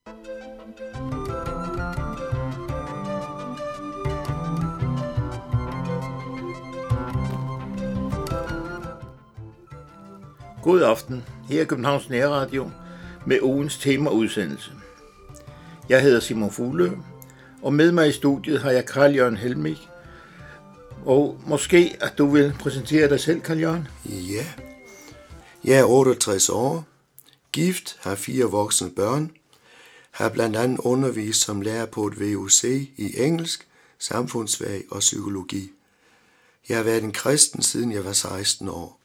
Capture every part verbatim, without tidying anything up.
God aften, her er Københavns Nærradio med ugens temaudsendelse. Jeg hedder Simon Fuglø, og med mig i studiet har jeg Carl Jørgen Helmich. Og måske at du vil præsentere dig selv, Carl Jørgen? Ja, jeg er otteogtres år, gift, har fire voksne børn, har blandt andet undervist som lærer på et V U C i engelsk, samfundsfag og psykologi. Jeg har været en kristen siden jeg var seksten år.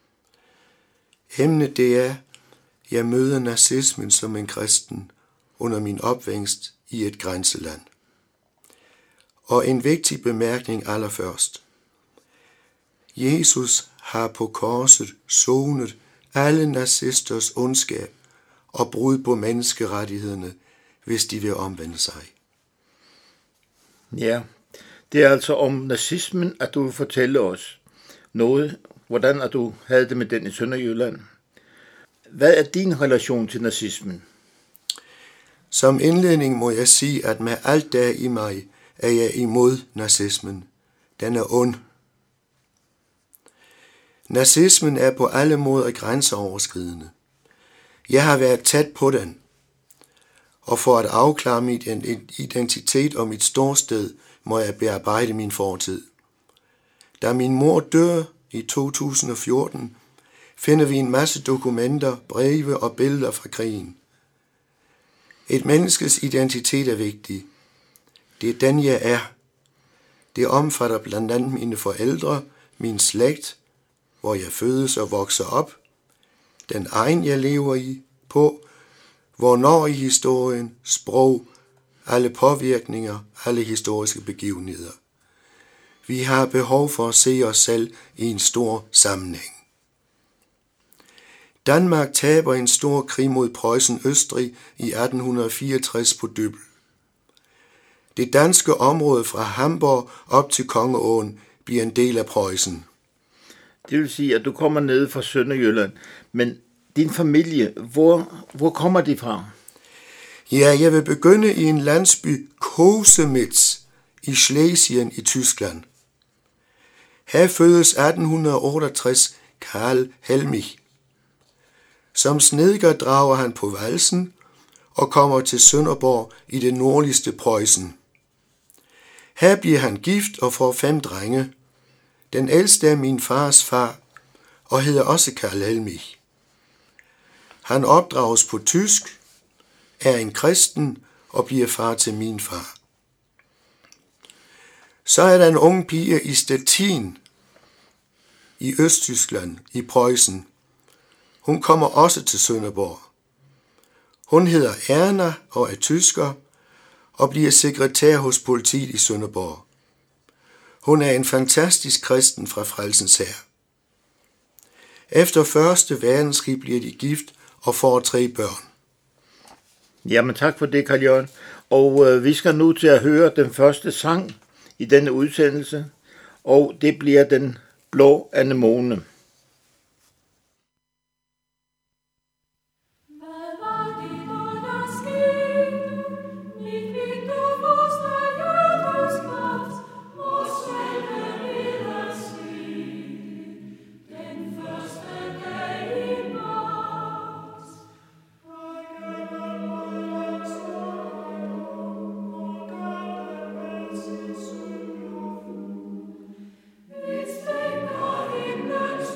Emnet det er, jeg møder nazismen som en kristen under min opvækst i et grænseland. Og en vigtig bemærkning allerførst. Jesus har på korset sonet alle nazisters ondskab og brud på menneskerettighederne, hvis de vil omvende sig. Ja, det er altså om nazismen, at du vil fortælle os noget, hvordan at du havde det med den i Sønderjylland. Hvad er din relation til nazismen? Som indledning må jeg sige, at med alt der i mig er jeg imod nazismen. Den er ond. Nazismen er på alle måder grænseoverskridende. Jeg har været tæt på den, og for at afklare min identitet og mit ståsted, må jeg bearbejde min fortid. Da min mor dør i to tusind og fjorten, finder vi en masse dokumenter, breve og billeder fra krigen. Et menneskes identitet er vigtig. Det er den, jeg er. Det omfatter blandt andet mine forældre, min slægt, hvor jeg fødes og vokser op, den egen, jeg lever i, på, hvornår i historien, sprog, alle påvirkninger, alle historiske begivenheder. Vi har behov for at se os selv i en stor sammenhæng. Danmark taber en stor krig mod Preussen-Østrig i atten fireogtres på Dybbøl. Det danske område fra Hamborg op til Kongeåen bliver en del af Preussen. Det vil sige, at du kommer ned fra Sønderjylland, men din familie, hvor, hvor kommer de fra? Ja, jeg vil begynde i en landsby Kosemitz i Schlesien i Tyskland. Her fødes atten otteogtres Karl Helmich. Som snedker drager han på valsen og kommer til Sønderborg i det nordligste Preussen. Her bliver han gift og får fem drenge. Den ældste er min fars far og hedder også Karl Helmich. Han opdrages på tysk, er en kristen og bliver far til min far. Så er der en ung pige i Stettin i Østtyskland i Preussen. Hun kommer også til Sønderborg. Hun hedder Erna og er tysker og bliver sekretær hos politiet i Sønderborg. Hun er en fantastisk kristen fra Frelsens Hær. Efter første verdenskrig bliver de gift og får tre børn. Jamen tak for det, Carl Jørgen. Og øh, vi skal nu til at høre den første sang i denne udsendelse, og det bliver Den blå anemone. It's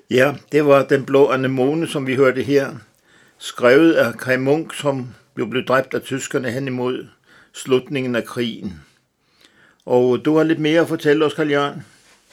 Ja, det var Den blå anemone, som vi hørte her, skrevet af Kaj Munk, som jo blev dræbt af tyskerne hen imod slutningen af krigen. Og du har lidt mere at fortælle os, Carl Jørgen.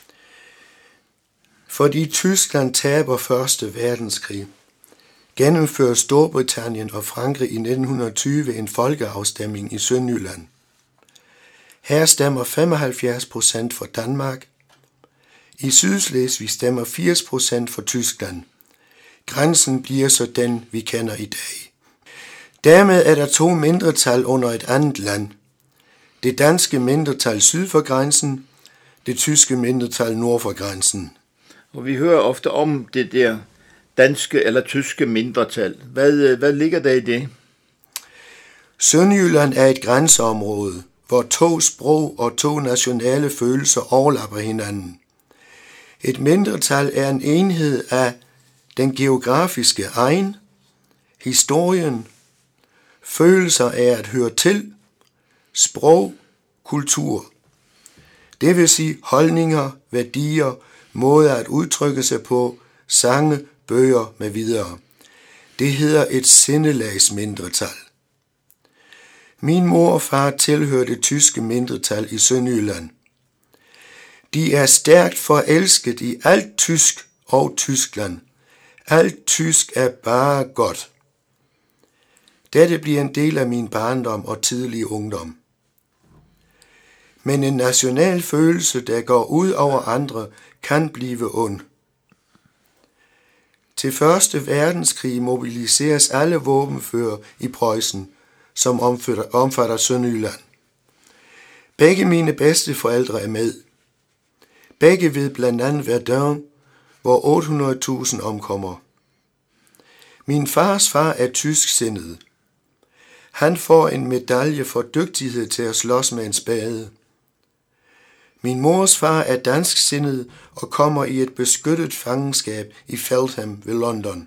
Fordi Tyskland taber første verdenskrig, gennemfører Storbritannien og Frankrig i nitten tyve en folkeafstemning i Sønderjylland. Her stemmer femoghalvfjerds procent for Danmark. I Sydslesvig stemmer firs procent for Tyskland. Grænsen bliver så den, vi kender i dag. Dermed er der to mindretal under et andet land. Det danske mindretal syd for grænsen, det tyske mindretal nord for grænsen. Og vi hører ofte om det der danske eller tyske mindretal. Hvad, hvad ligger der i det? Sønderjylland er et grænseområde, hvor to sprog og to nationale følelser overlapper hinanden. Et mindretal er en enhed af den geografiske egen, historien, følelser af at høre til, sprog, kultur. Det vil sige holdninger, værdier, måder at udtrykke sig på, sange, bøger med videre. Det hedder et sindelagsmindretal. Min mor og far tilhører det tyske mindretal i Sønderjylland. De er stærkt forelsket i alt tysk og Tyskland. Alt tysk er bare godt. Dette bliver en del af min barndom og tidlige ungdom. Men en national følelse, der går ud over andre, kan blive ond. Til første verdenskrig mobiliseres alle våbenfører i Preussen, som omfatter, omfatter Sønderjylland. Begge mine bedsteforældre er med. Begge ved blandt andet Verdun, hvor otte hundrede tusind omkommer. Min fars far er tysksindet. Han får en medalje for dygtighed til at slås med en spade. Min mors far er dansksindet og kommer i et beskyttet fangenskab i Feltham ved London.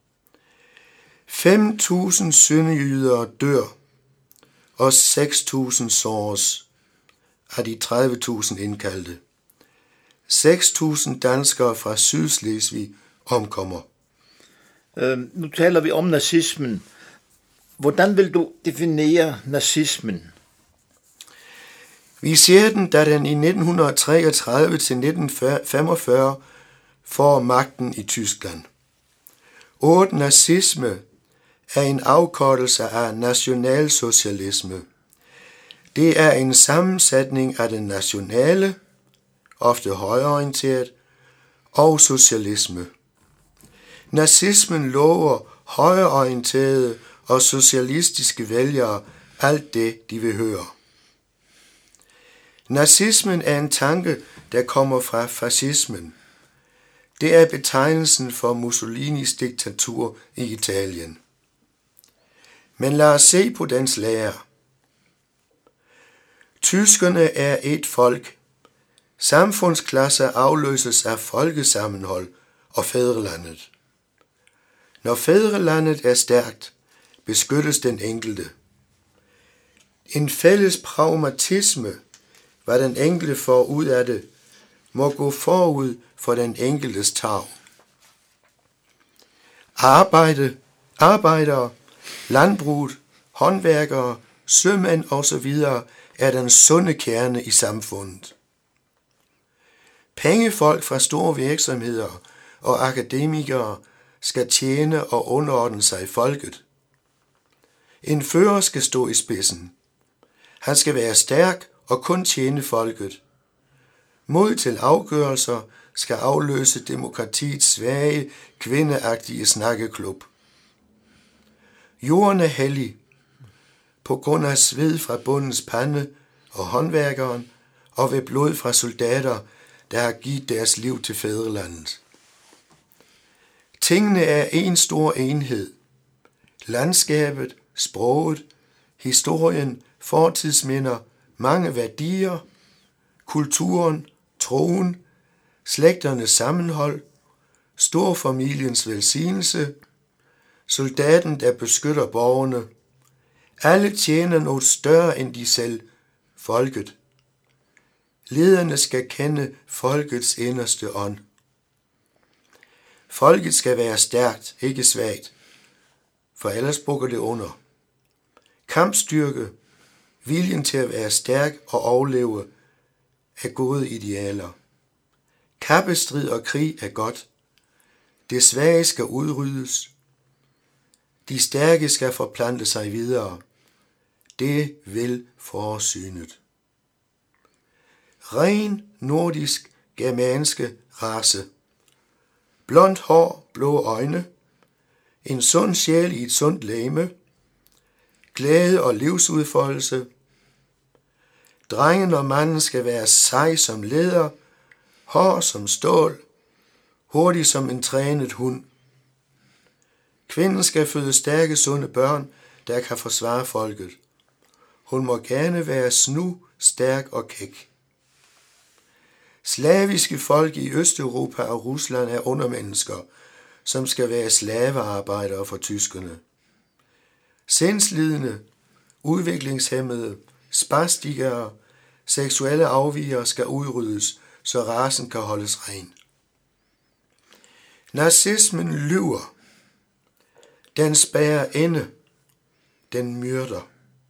fem tusind sønderjyder dør, og seks tusind såres af de tredive tusind indkaldte. seks tusind danskere fra Sydslesvig omkommer. Øh, nu taler vi om nazismen. Hvordan vil du definere nazismen? Vi ser den, da den i nitten treogtredive til nitten femogfyrre får magten i Tyskland. Ordet nazisme er en afkortelse af nationalsocialisme. Det er en sammensætning af den nationale, ofte højreorienteret, og socialisme. Nazismen lover højreorienterede og socialistiske vælgere alt det, de vil høre. Nazismen er en tanke, der kommer fra fascismen. Det er betegnelsen for Mussolinis diktatur i Italien. Men lad os se på dens lære. Tyskerne er et folk. Samfundsklasser afløses af folkesammenhold og fædrelandet. Når fædrelandet er stærkt, beskyttes den enkelte. En fælles pragmatisme, hvad den enkelte får ud af det, må gå forud for den enkeltes tarv. Arbejde, arbejdere, landbruget, håndværkere, sømænd osv. er den sunde kerne i samfundet. Pengefolk fra store virksomheder og akademikere skal tjene og underordne sig folket. En fører skal stå i spidsen. Han skal være stærk og kun tjene folket. Mod til afgørelser skal afløse demokratiets svage, kvindeagtige snakkeklub. Jorden er hellig, på grund af sved fra bondens pande og håndværkeren, og ved blod fra soldater, der har givet deres liv til fædrelandet. Tingene er en stor enhed. Landskabet, sproget, historien, fortidsminder, mange værdier, kulturen, troen, slægternes sammenhold, storfamiliens velsignelse, soldaten, der beskytter borgerne. Alle tjener noget større end de selv, folket. Lederne skal kende folkets inderste ånd. Folket skal være stærkt, ikke svagt, for ellers bukker det under. Kampstyrke, viljen til at være stærk og overleve, er gode idealer. Kappestrid og krig er godt. Det svage skal udryddes. De stærke skal forplante sig videre. Det vil forsynet. Ren nordisk germanske race. Blondt hår, blå øjne. En sund sjæl i et sundt legeme. Glæde og livsudfoldelse. Drengen og manden skal være sej som læder, hård som stål, hurtig som en trænet hund. Kvinden skal føde stærke, sunde børn, der kan forsvare folket. Hun må gerne være snu, stærk og kæk. Slaviske folk i Østeuropa og Rusland er undermennesker, som skal være slavearbejdere for tyskerne. Sindslidende, udviklingshæmmede, spastikere, seksuelle afvigere skal udryddes, så racen kan holdes ren. Nazismen lyver. Den spærrer ende. Den myrder.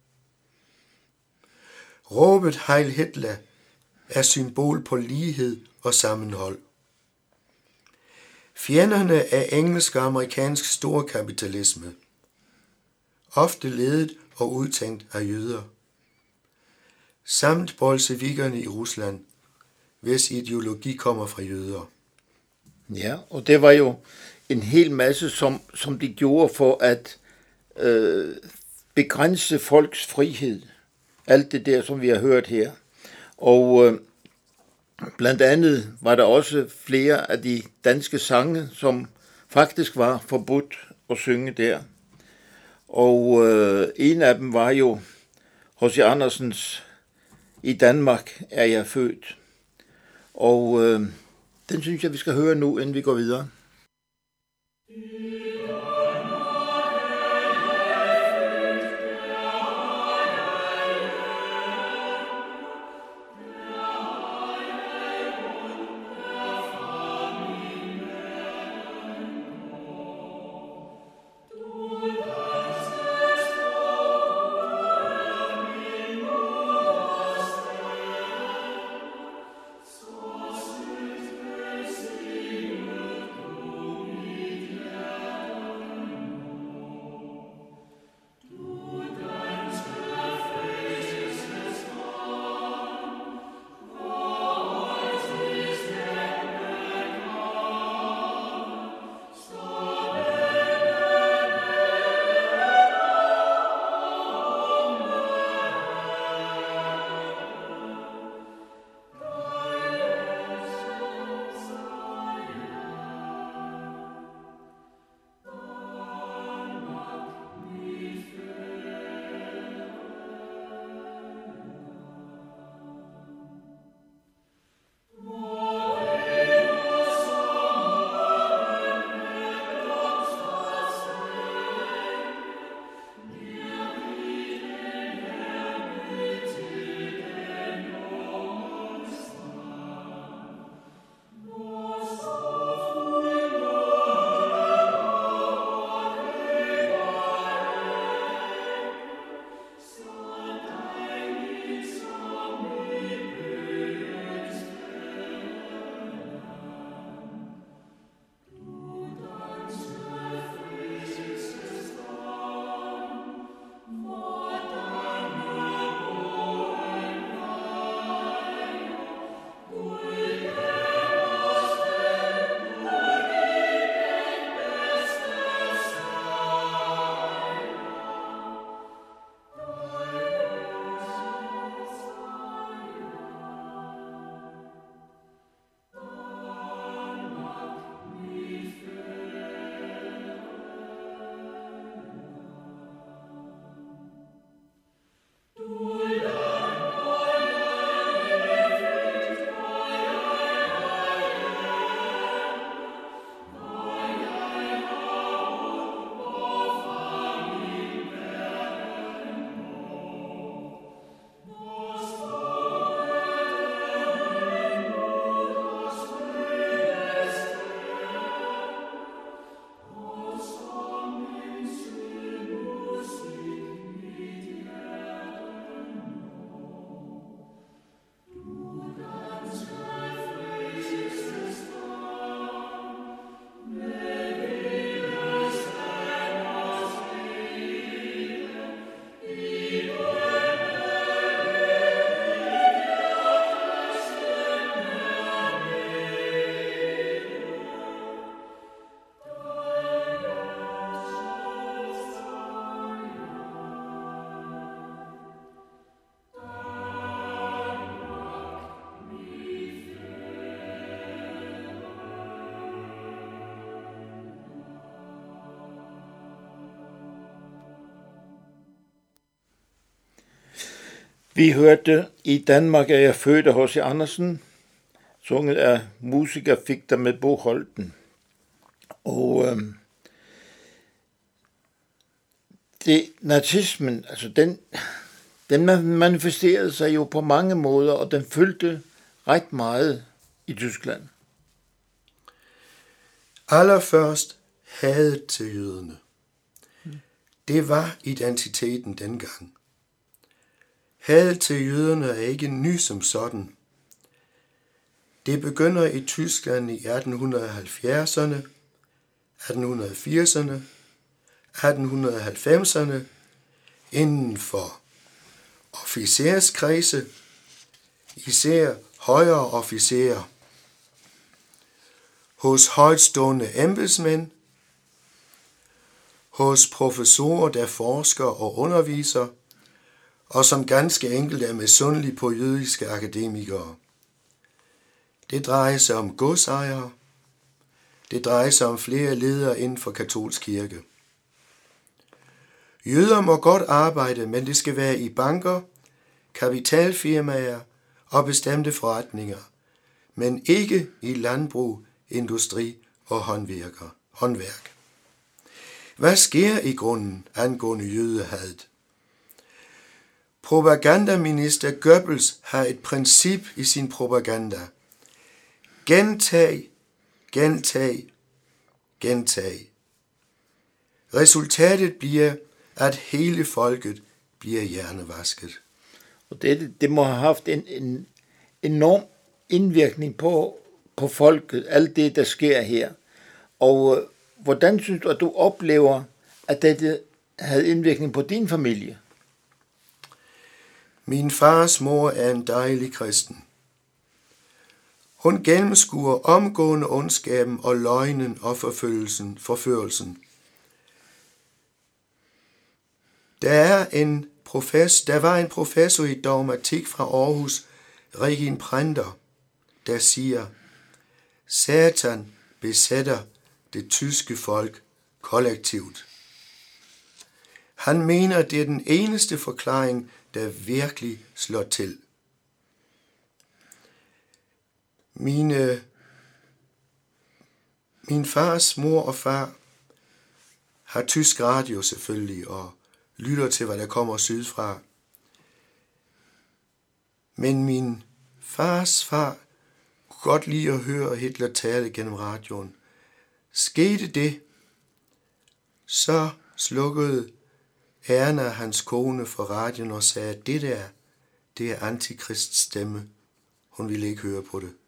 Råbet Heil Hitler er symbol på lighed og sammenhold. Fjenderne af engelsk og amerikansk storkapitalisme, ofte ledet og udtænkt af jøder, samt bolsjevikkerne i Rusland, hvis ideologi kommer fra jøder. Ja, og det var jo en hel masse, som, som de gjorde for at øh, begrænse folks frihed. Alt det der, som vi har hørt her. Og øh, blandt andet var der også flere af de danske sange, som faktisk var forbudt at synge der. Og øh, en af dem var jo H C Andersens I Danmark er jeg født. Og øh, den synes jeg, vi skal høre nu, inden vi går videre. Vi hørte I Danmark er jeg født af H C Andersen, sunget af musiker fik der med Bo Holten. Og øh, det, nazismen, altså den, den manifesterede sig jo på mange måder, og den fyldte ret meget i Tyskland. Allerførst hadet til jøderne. Det var identiteten dengang. Hadet til jøderne er ikke ny som sådan. Det begynder i Tyskland i atten halvfjerdserne, atten firserne, atten halvfemserne inden for officerskredse, især højere officerer, hos højtstående embedsmænd, hos professorer, der forsker og underviser, og som ganske enkelt er misundelige på jødiske akademikere. Det drejer sig om godsejere. Det drejer sig om flere ledere inden for katolsk kirke. Jøder må godt arbejde, men det skal være i banker, kapitalfirmaer og bestemte forretninger, men ikke i landbrug, industri og håndværker, håndværk. Hvad sker i grunden angående jødehadet? Propagandaminister Goebbels har et princip i sin propaganda. Gentag, gentag, gentag. Resultatet bliver, at hele folket bliver hjernevasket. Og det, det må have haft en, en enorm indvirkning på, på folket, alt det, der sker her. Og øh, hvordan synes du, at du oplever, at det havde indvirkning på din familie? Min fars mor er en dejlig kristen. Hun gennemskuer omgående ondskaben og løgnen og forfølgelsen, forførelsen. Der, er en professor, der var en professor i dogmatik fra Aarhus, Regin Printer, der siger, Satan besætter det tyske folk kollektivt. Han mener, det er den eneste forklaring, der virkelig slår til. Mine, min fars mor og far har tysk radio selvfølgelig, og lytter til, hvad der kommer sydfra. Men min fars far kunne godt lide at høre Hitler tale gennem radioen. Skete det, så slukkede Erna, hans kone, for radioen og sagde, at det der, det er antikrists stemme. Hun ville ikke høre på det.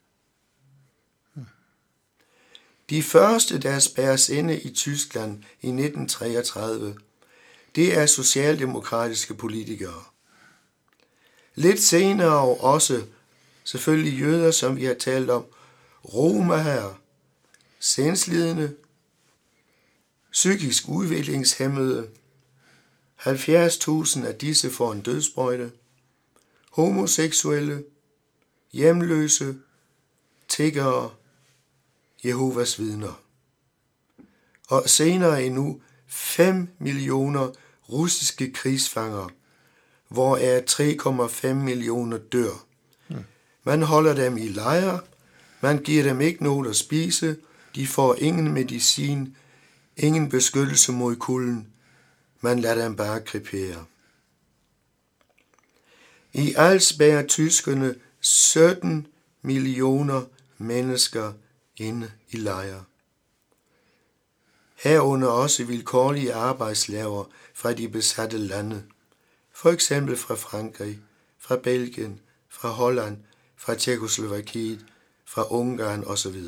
De første, der spærres inde i Tyskland i nitten treogtredive, det er socialdemokratiske politikere. Lidt senere og også selvfølgelig jøder, som vi har talt om, romaer, sindslidende, psykisk udviklingshæmmede, halvfjerds tusind af disse får en dødsbøjte, homoseksuelle, hjemløse, tiggere, Jehovas vidner. Og senere endnu fem millioner russiske krigsfanger, hvoraf tre komma fem millioner dør. Man holder dem i lejre, man giver dem ikke noget at spise, de får ingen medicin, ingen beskyttelse mod kulden, man lader dem bare krepere. I alt spærrer tyskerne sytten millioner mennesker inde i lejre. Herunder også vilkårlige arbejdslager fra de besatte lande, for eksempel fra Frankrig, fra Belgien, fra Holland, fra Tjekkoslovakiet, fra Ungarn osv.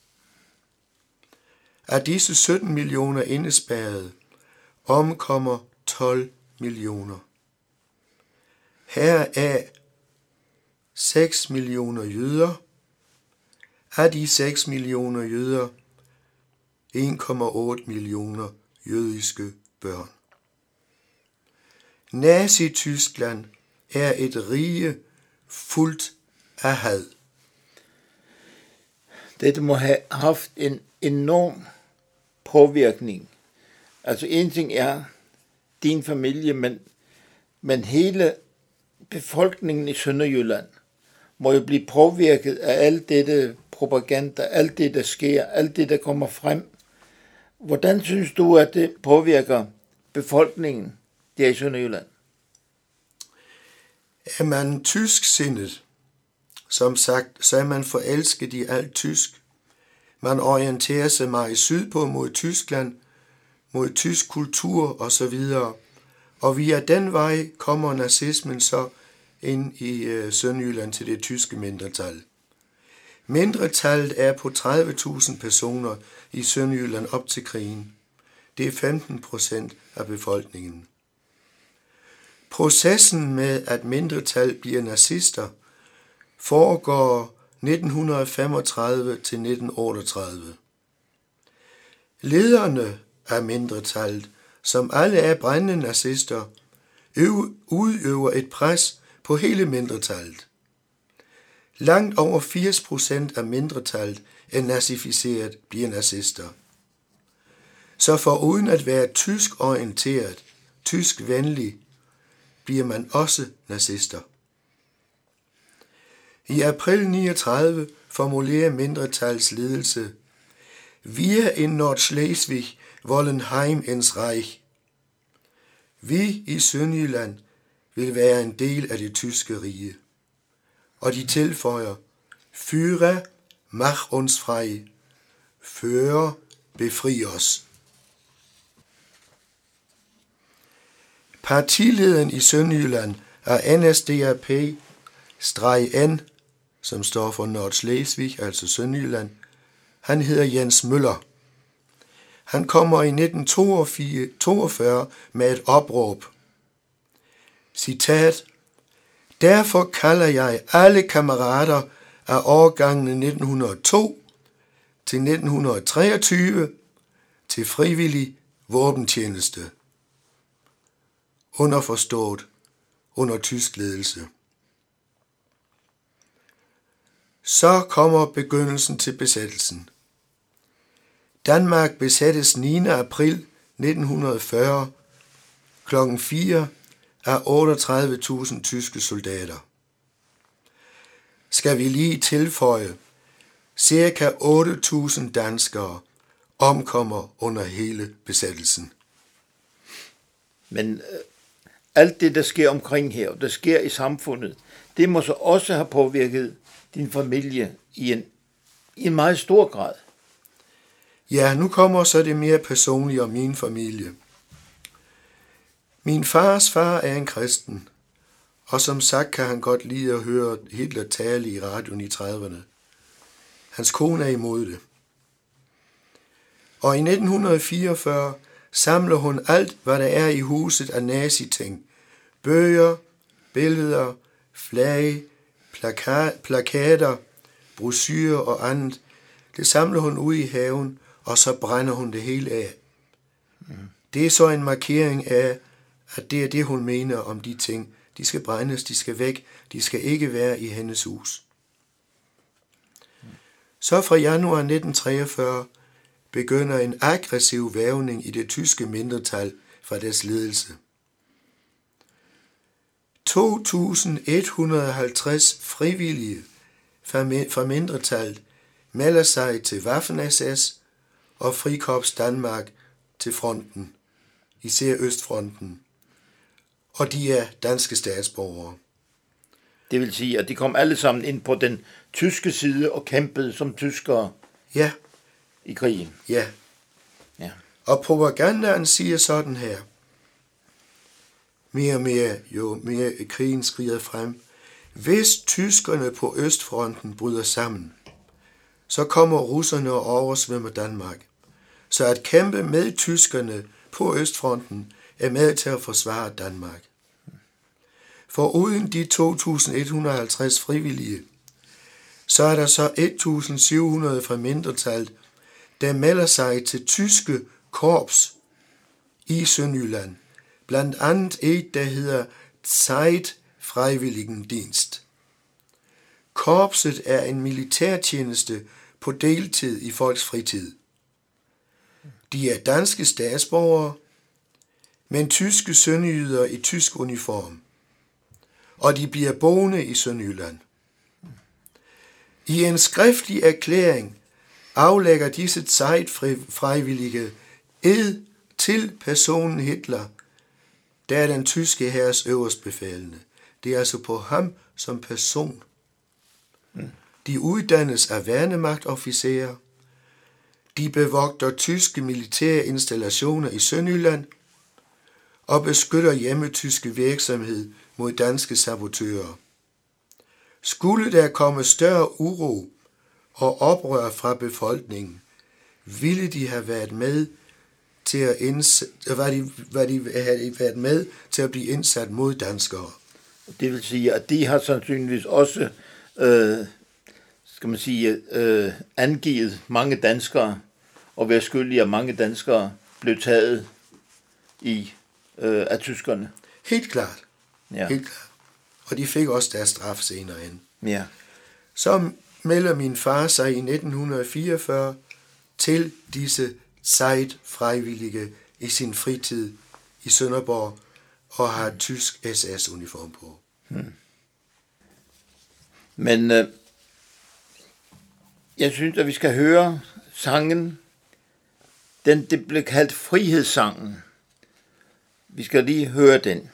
Af disse sytten millioner indespærrede omkommer tolv millioner. Heraf seks millioner jøder. Af de seks millioner jøder, en komma otte millioner jødiske børn. Nazi-Tyskland er et rige fuldt af had. Dette må have haft en enorm påvirkning. Altså en ting er din familie, men, men hele befolkningen i Sønderjylland må jo blive påvirket af alt dette propaganda, alt det, der sker, alt det, der kommer frem. Hvordan synes du, at det påvirker befolkningen der i Sønderjylland? Er man tysksindet, som sagt, så er man forelsket i alt tysk. Man orienterer sig meget sydpå mod Tyskland, mod tysk kultur osv. Og via den vej kommer nazismen så ind i øh, Sønderjylland til det tyske mindretal. Mindretallet er på tredive tusind personer i Sønderjylland op til krigen. Det er femten procent af befolkningen. Processen med, at mindretal bliver nazister, foregår nitten femogtredive til nitten otteogtredive. Lederne af mindretallet, som alle er brændende nazister, udøver et pres på hele mindretallet. Langt over firs procent af mindretallet er nazificeret, bliver nazister. Så foruden at være tysk orienteret, tysk venlig, bliver man også nazister. I april niogtredive formulerer mindretals ledelse: Wir in Nordschleswig wollen heim ins Reich. Vi i Sønderjylland vil være en del af det tyske rige. Og de tilføjer: Führer, mach uns frei. Fører, befri os. Partilederen i Sønderjylland er N S D A P-N, som står for Nordschleswig, altså Sønderjylland. Han hedder Jens Møller. Han kommer i nitten toogfyrre med et opråb. Citat: Derfor kalder jeg alle kammerater af årgangene nitten hundrede og to til nitten treogtyve til frivillig våbentjeneste. Underforstået under tysk ledelse. Så kommer begyndelsen til besættelsen. Danmark besættes niende april nitten fyrre klokken fire af otteogtredive tusind tyske soldater. Skal vi lige tilføje, cirka otte tusind danskere omkommer under hele besættelsen. Men øh, alt det, der sker omkring her, og der sker i samfundet, det må så også have påvirket din familie i en, i en meget stor grad. Ja, nu kommer så det mere personlige om min familie. Min fars far er en kristen, og som sagt kan han godt lide at høre Hitler tale i radioen i trediverne. Hans kone er imod det. Og i nitten fireogfyrre samler hun alt, hvad der er i huset af naziting. Bøger, billeder, flag, plaka- plakater, brochurer og andet. Det samler hun ud i haven, og så brænder hun det hele af. Mm. Det er så en markering af, at det er det, hun mener om de ting. De skal brændes, de skal væk, de skal ikke være i hendes hus. Mm. Så fra januar nitten treogfyrre begynder en aggressiv vævning i det tyske mindretal fra dets ledelse. to tusind et hundrede og halvtreds frivillige fra mindretallet melder sig til Waffen-S S og Frikorps Danmark til fronten, især Østfronten, og de er danske statsborgere. Det vil sige, at de kom alle sammen ind på den tyske side og kæmpede som tyskere. Ja. I krigen. Ja. Ja. Og propagandaen siger sådan her. Mere og mere, jo mere krigen skrider frem. Hvis tyskerne på Østfronten bryder sammen, så kommer russerne og oversvømmer Danmark. Så at kæmpe med tyskerne på Østfronten er med til at forsvare Danmark. For uden de to tusind et hundrede og halvtreds frivillige, så er der så et tusind syv hundrede fra mindretallet, der melder sig til tyske korps i Sønderjylland. Blandt andet et, der hedder Zeitfreiwilligendienst. Korpset er en militærtjeneste på deltid i folks fritid. De er danske statsborgere, men tyske sønderjyder i tysk uniform. og de bliver boende i Sønderjylland. I en skriftlig erklæring aflægger disse Zeitfreiwillige ed til personen Hitler, der er den tyske hærs øverstbefalende. Det er altså på ham som person. De uddannes af værnemagtofficerer. De bevogter tyske militære installationer i Sønderjylland og beskytter hjemmetyske virksomhed mod danske sabotører. Skulle der komme større uro og oprør fra befolkningen, ville de have været med til at indsætte, var de, var de have været med til at blive indsat mod danskere. Det vil sige, at de har sandsynligvis også øh, skal man sige, øh, angivet mange danskere, og være skyldige, at mange danskere blev taget i øh, af tyskerne. Helt klart. Ja. Helt klart. Og de fik også deres straf senere hen. Ja. Så melder min far sig i nitten fireogfyrre til disse Zeitfreiwillige i sin fritid i Sønderborg og har et tysk S S-uniform på. Hmm. Men øh, jeg synes, at vi skal høre sangen. Den, det blev kaldt Frihedssangen. Vi skal lige høre den.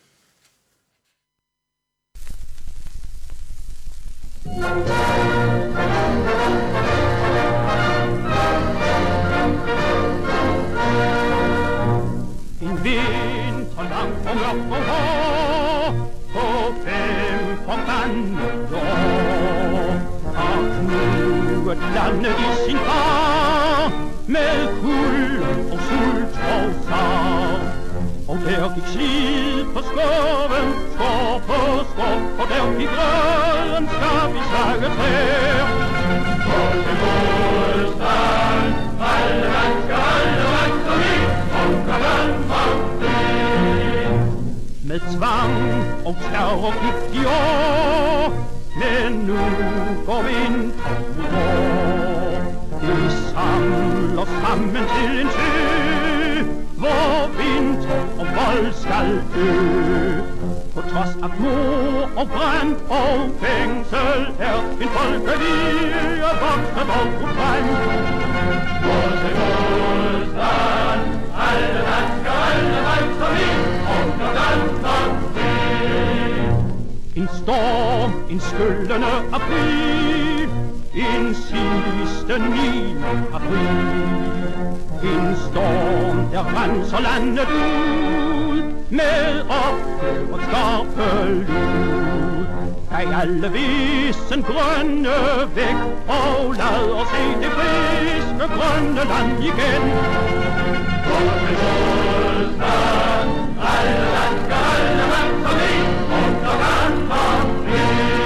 En vinter lang og mørk og hård, på fem forbandede år, har knuget landet i sin far, med kul og sult og sar. Og der gik slid på skoven, skår på skår, og der gik røden, skal vi slage træer. Og til modstand, alle mennesker, alle mennesker, vi funker Danmark fri. Med tvang og terror gik de år, men nu går vinteren ud. De samler sammen til en sø, hvor vinter og vold skal dø. På trods af mord og brand og fængsel er en folkevilje vokset og frem. Hvor til modstand, alle dansker, alle dansker, vi under Danmark fri. En storm, en skyldende april, en sidste niende april. En storm, der renser landet ud, med opgør og skarpe lyd. Kan alle visen grønne væk, og lad os se det friske grønne land igen. Hvor til modstand, alle dansker, alle mennesker, vi under Danmark fri.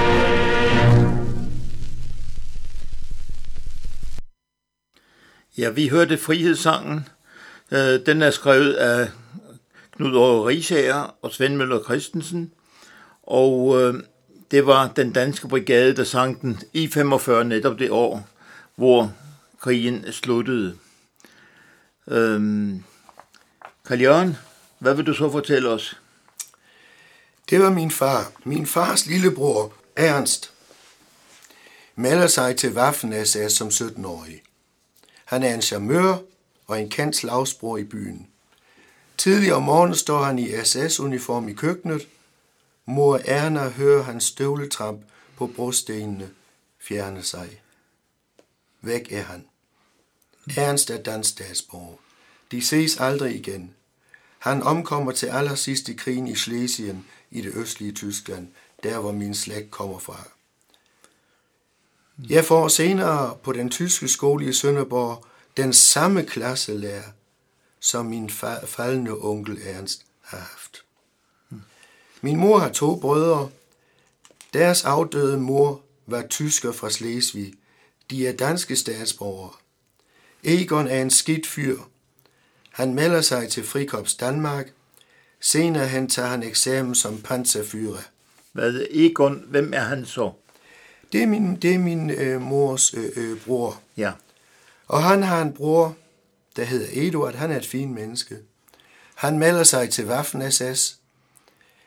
Ja, vi hørte Frihedssangen. Den er skrevet af Knud Aage Riisager og Svend Møller Christensen. Og det var den danske brigade, der sang den i femogfyrre, netop det år, hvor krigen sluttede. Øhm, Karl Jørgen, hvad vil du så fortælle os? Det var min far. Min fars lillebror, Ernst, melder sig til Waffen-S S som sytten-årig. Han er en charmeur og en kendt slagsbror i byen. Tidlig om morgenen står han i S S-uniform i køkkenet. Mor Erna hører hans støvletramp på brostenene fjerne sig. Væk er han. Ernst er dansk statsborger. De ses aldrig igen. Han omkommer til allersidst i krigen i Schlesien i det østlige Tyskland, der hvor min slægt kommer fra. Jeg får senere på den tyske skole i Sønderborg den samme klasselærer, som min fa- faldende onkel Ernst har haft. Min mor har to brødre. Deres afdøde mor var tysker fra Slesvig. De er danske statsborgere. Egon er en skidt fyr. Han melder sig til Frikorps Danmark. Senere hen tager han eksamen som panserführer. Hvad er Egon? Hvem er han så? Det er min, det er min øh, mors øh, øh, bror. Ja. Og han har en bror, der hedder Eduard. Han er et fint menneske. Han melder sig til Waffen-S S.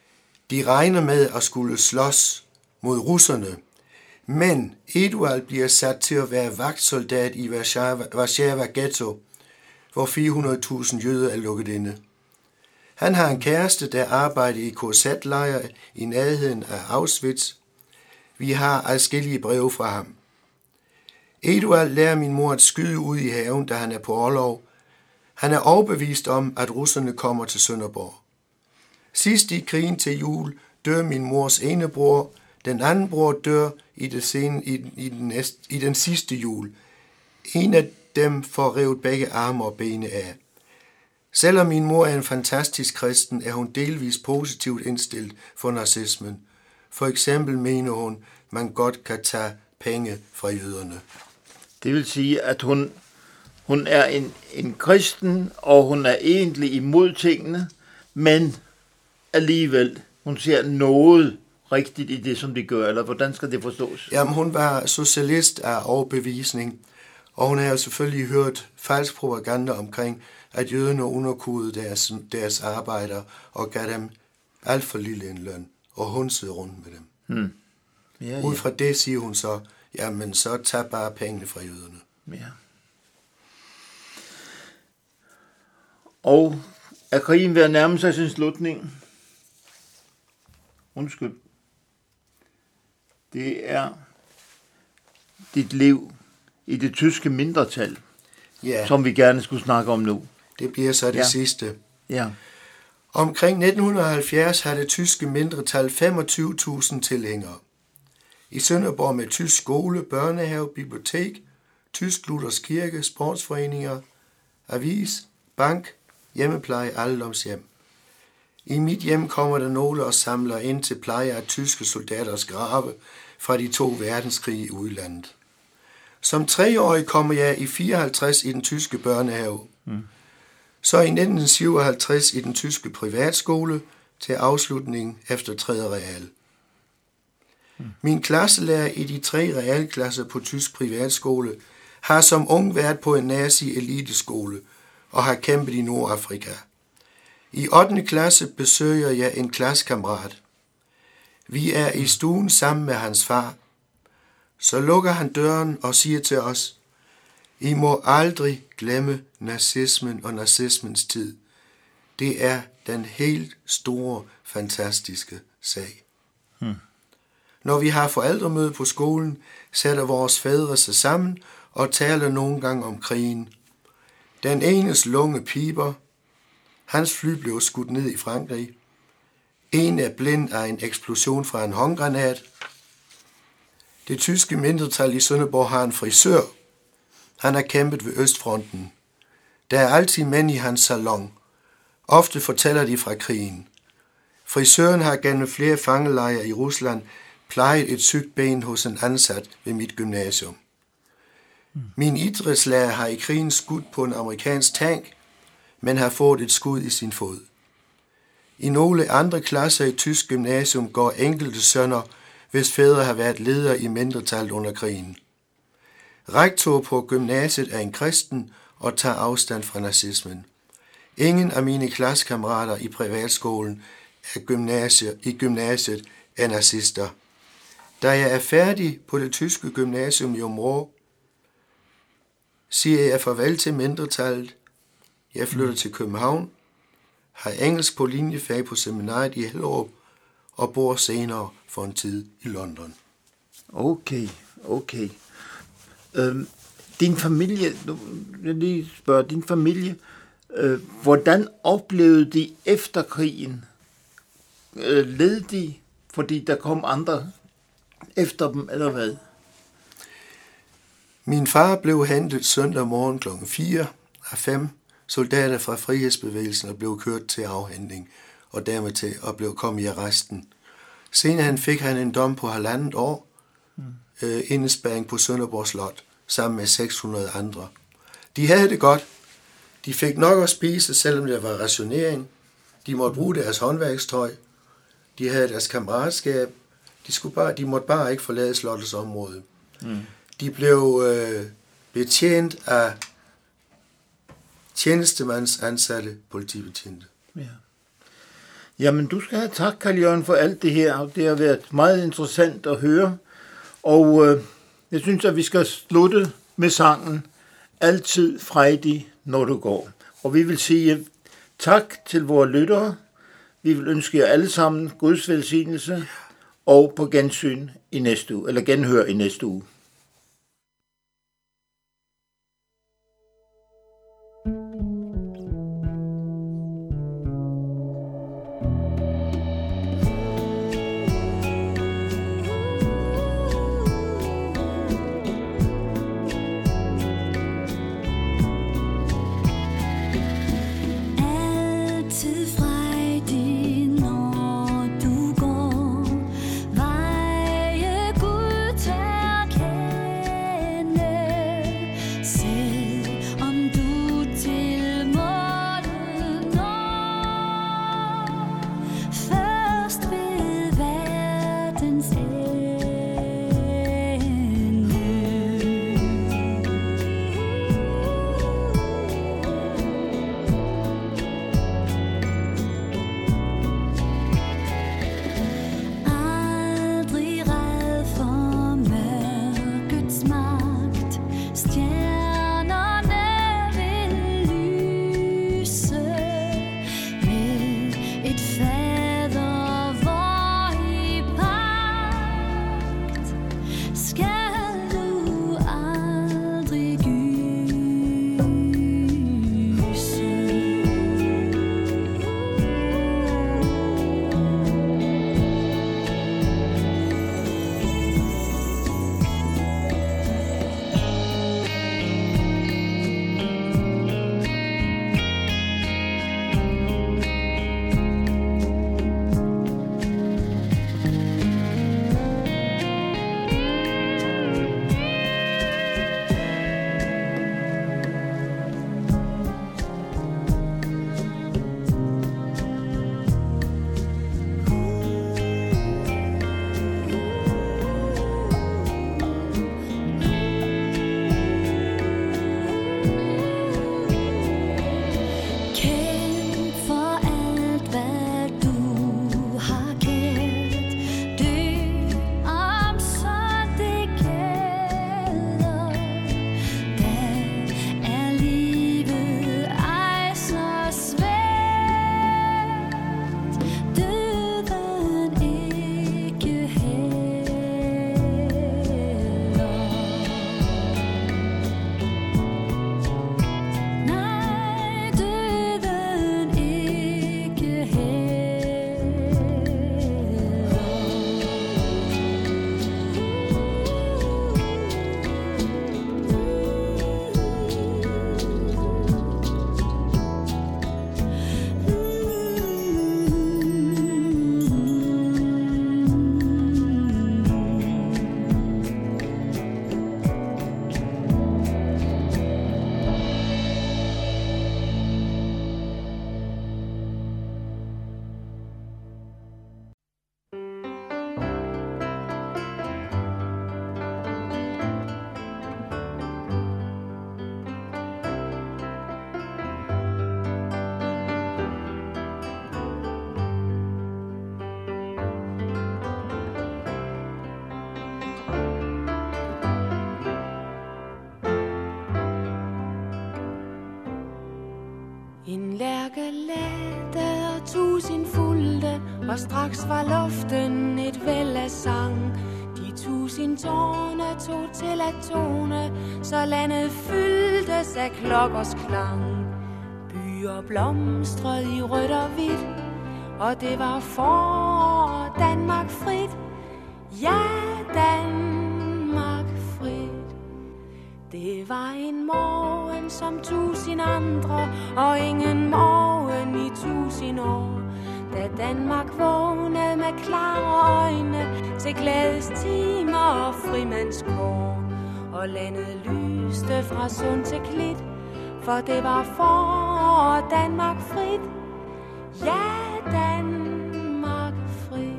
De regner med at skulle slås mod russerne, men Eduard bliver sat til at være vagtsoldat i Warszawa Ghetto, hvor fire hundrede tusind jøder er lukket inde. Han har en kæreste, der arbejder i K Z-lejre i nærheden af Auschwitz. Vi har adskillige breve fra ham. Eduard lærer min mor at skyde ud i haven, da han er på orlov. Han er overbevist om, at russerne kommer til Sønderborg. Sidst i krigen til jul dør min mors ene bror. Den anden bror dør i, det sen, i, i, den næste, i den sidste jul. En af dem får revet begge arme og bene af. Selvom min mor er en fantastisk kristen, er hun delvis positivt indstillet for nazismen. For eksempel mener hun, man godt kan tage penge fra jøderne. Det vil sige, at hun, hun er en, en kristen, og hun er egentlig imod tingene, men alligevel, hun ser noget rigtigt i det, som de gør, eller hvordan skal det forstås? Jamen, hun var socialist af overbevisning, og hun har selvfølgelig hørt falsk propaganda omkring, at jøderne underkudede deres, deres arbejder og gav dem alt for lille en løn, og hunsede rundt med dem. Hmm. Ja, ja. Ud fra det siger hun så, jamen så tag bare pengene fra jøderne. Ja. Og er krigen ved at nærme sig sin slutning? Undskyld. Det er dit liv i det tyske mindretal, ja, som vi gerne skulle snakke om nu. Det bliver så det ja. sidste. Ja. Omkring nitten halvfjerds havde det tyske mindretal femogtyve tusind tilhængere. I Sønderborg med tysk skole, børnehave, bibliotek, tysk Luthers kirke, sportsforeninger, avis, bank, hjemmepleje, alderdomshjem. I mit hjem kommer der nogle og samler ind til pleje af tyske soldaters grave fra de to verdenskrige i udlandet. Som treårig kommer jeg i fireoghalvtreds i den tyske børnehave. Mm. Så i nitten syvoghalvtreds i den tyske privatskole til afslutning efter tredje real. Mm. Min klasselærer i de tre realklasser på tysk privatskole har som ung været på en nazi-eliteskole og har kæmpet i Nordafrika. I ottende klasse besøger jeg en klassekammerat. Vi er i stuen sammen med hans far. Så lukker han døren og siger til os, I må aldrig glemme nazismen og nazismens tid. Det er den helt store, fantastiske sag. Hmm. Når vi har forældremøde på skolen, sætter vores fædre sig sammen og taler nogle gange om krigen. Den enes lunge piber. Hans fly blev skudt ned i Frankrig. En er blind af en eksplosion fra en håndgranat. Det tyske mindretal i Sønderborg har en frisør. Han har kæmpet ved Østfronten. Der er altid mænd i hans salon. Ofte fortæller de fra krigen. Frisøren har gennem flere fangelejre i Rusland plejet et sygt ben hos en ansat ved mit gymnasium. Min idrætslærer har i krigen skudt på en amerikansk tank, men har fået et skud i sin fod. I nogle andre klasser i tysk gymnasium går enkelte sønner, hvis fædre har været ledere i mindretal under krigen. Rektor på gymnasiet er en kristen og tager afstand fra nazismen. Ingen af mine klassekammerater i privatskolen er gymnasie, i gymnasiet er nazister. Da jeg er færdig på det tyske gymnasium i Områ, siger jeg farvel til mindretallet. Jeg flytter til København, har engelsk på linjefag på seminariet i Hellerup og bor senere for en tid i London. Okay, okay. Øhm, din familie, nu vil jeg lige spørge, din familie, øh, hvordan oplevede de efter krigen? Øh, led de, fordi der kom andre efter dem, eller hvad? Min far blev hentet søndag morgen klokken fire af fem soldater fra frihedsbevægelsen og blev kørt til afhentning og dermed til at blev kommet i arresten. Senere fik han en dom på halvandet år, mm. øh, indespærring på Sønderborg Slot, sammen med seks hundrede andre. De havde det godt. De fik nok at spise, selvom der var rationering. De måtte bruge deres håndværkstøj. De havde deres kammeratskab. De, skulle bare, de måtte bare ikke forlade slottets område. Mm. De blev øh, betjent af tjenestemandsansatte politibetjente. Ja. Jamen, du skal have tak, Carl Jørgen, for alt det her. Det har været meget interessant at høre. Og øh, jeg synes, at vi skal slutte med sangen Altid frejdig, når du går. Og vi vil sige tak til vores lyttere. Vi vil ønske jer alle sammen Guds velsignelse og på gensyn i næste uge, eller genhør i næste uge. En lærke lette og tusind fulgte, og straks var luften et væld af sang. De tusind tårne tog til at tone, så landet fyldtes af klokkers klang. Byer blomstrede i rødt og hvidt, og det var for Danmark frit. Ja, Danmark frit. Det var en morgen som tusind andre, og ingen morgen i tusind år. Da Danmark vågnede med klare øjne til glædestimer og frimandskår. Og landet lyste fra sund til klit, for det var for Danmark frit. Ja, Danmark frit.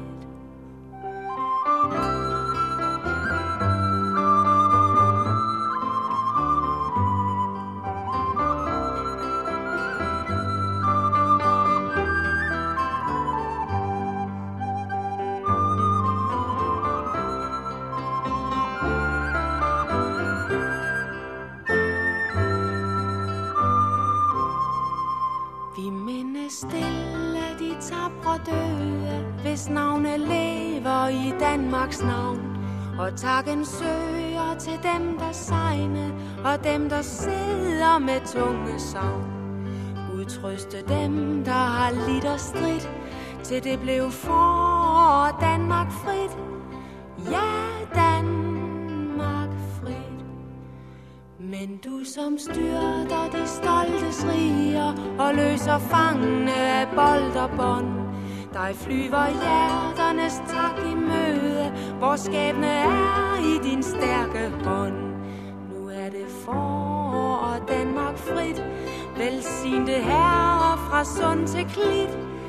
stille de tabre døde, hvis navne lever i Danmarks navn. Og takken søger til dem, der sejne, og dem, der sidder med tunge savn. Gud trøste dem, der har lidt og strid, til det blev for Danmark frit. Ja, Danmark frit. Men du som styrter de stoltes riger og løser fangene af bold og bånd, dig flyver hjerternes tak i møde, hvor skæbne er i din stærke hånd. Nu er det for Danmark frit, velsignede herrer fra Sund til Klit.